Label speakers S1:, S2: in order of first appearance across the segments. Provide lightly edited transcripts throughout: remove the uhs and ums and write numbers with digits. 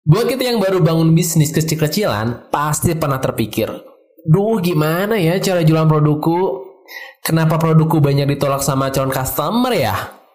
S1: Buat kita yang baru bangun bisnis kecil-kecilan, pasti pernah terpikir, duh gimana ya cara jualan produkku? Kenapa produkku banyak ditolak sama calon customer ya?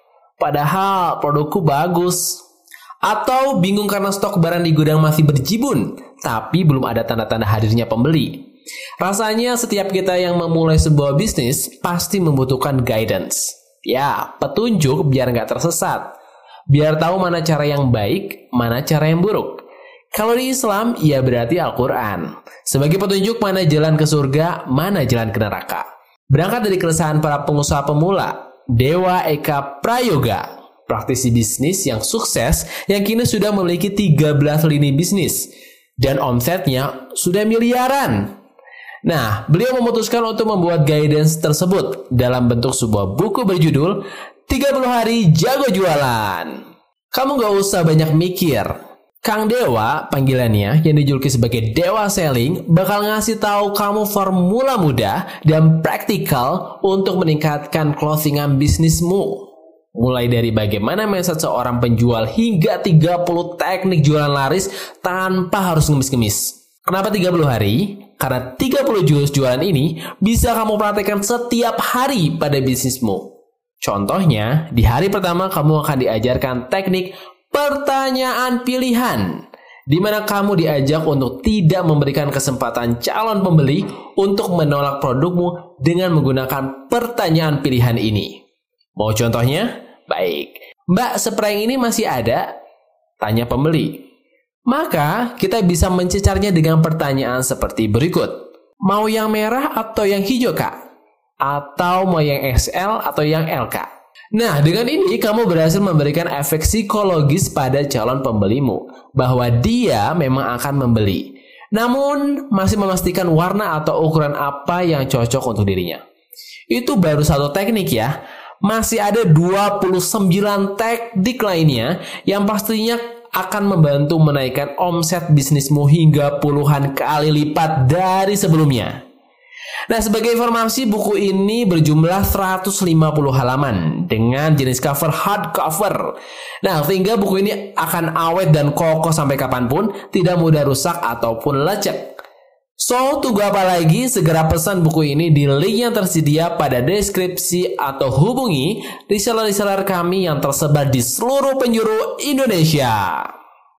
S1: Padahal produkku bagus. Atau bingung karena stok barang di gudang masih berjibun, tapi belum ada tanda-tanda hadirnya pembeli. Rasanya setiap kita yang memulai sebuah bisnis pasti membutuhkan guidance. Ya, petunjuk biar nggak tersesat. Biar tahu mana cara yang baik, mana cara yang buruk. Kalau di Islam, ya berarti Al-Quran. Sebagai petunjuk mana jalan ke surga, mana jalan ke neraka. Berangkat dari keresahan para pengusaha pemula, Dewa Eka Prayoga, praktisi bisnis yang sukses yang kini sudah memiliki 13 lini bisnis. Dan omsetnya sudah miliaran. Nah, beliau memutuskan untuk membuat guidance tersebut dalam bentuk sebuah buku berjudul 30 Hari Jago Jualan. Kamu gak usah banyak mikir. Kang Dewa, panggilannya, yang dijuluki sebagai Dewa Selling, bakal ngasih tahu kamu formula mudah dan praktikal untuk meningkatkan closingan bisnismu. Mulai dari bagaimana mindset seorang penjual hingga 30 teknik jualan laris tanpa harus ngemis-ngemis. Kenapa 30 hari? Karena 30 jurus jualan ini bisa kamu praktekkan setiap hari pada bisnismu. Contohnya, di hari pertama kamu akan diajarkan teknik pertanyaan pilihan, di mana kamu diajak untuk tidak memberikan kesempatan calon pembeli untuk menolak produkmu dengan menggunakan pertanyaan pilihan ini. Mau contohnya? Baik. Mbak, spray ini masih ada? Tanya pembeli. Maka kita bisa mencecarnya dengan pertanyaan seperti berikut. Mau yang merah atau yang hijau, Kak? Atau mau yang XL atau yang LK? Nah, dengan ini kamu berhasil memberikan efek psikologis pada calon pembelimu bahwa dia memang akan membeli. Namun, masih memastikan warna atau ukuran apa yang cocok untuk dirinya. Itu baru satu teknik ya. Masih ada 29 teknik lainnya yang pastinya akan membantu menaikkan omset bisnismu hingga puluhan kali lipat dari sebelumnya. Nah, sebagai informasi, buku ini berjumlah 150 halaman dengan jenis cover hardcover. Nah, sehingga buku ini akan awet dan kokoh sampai kapanpun, tidak mudah rusak ataupun lecek. So, tunggu apa lagi? Segera pesan buku ini di link yang tersedia pada deskripsi atau hubungi reseller-reseller kami yang tersebar di seluruh penjuru Indonesia.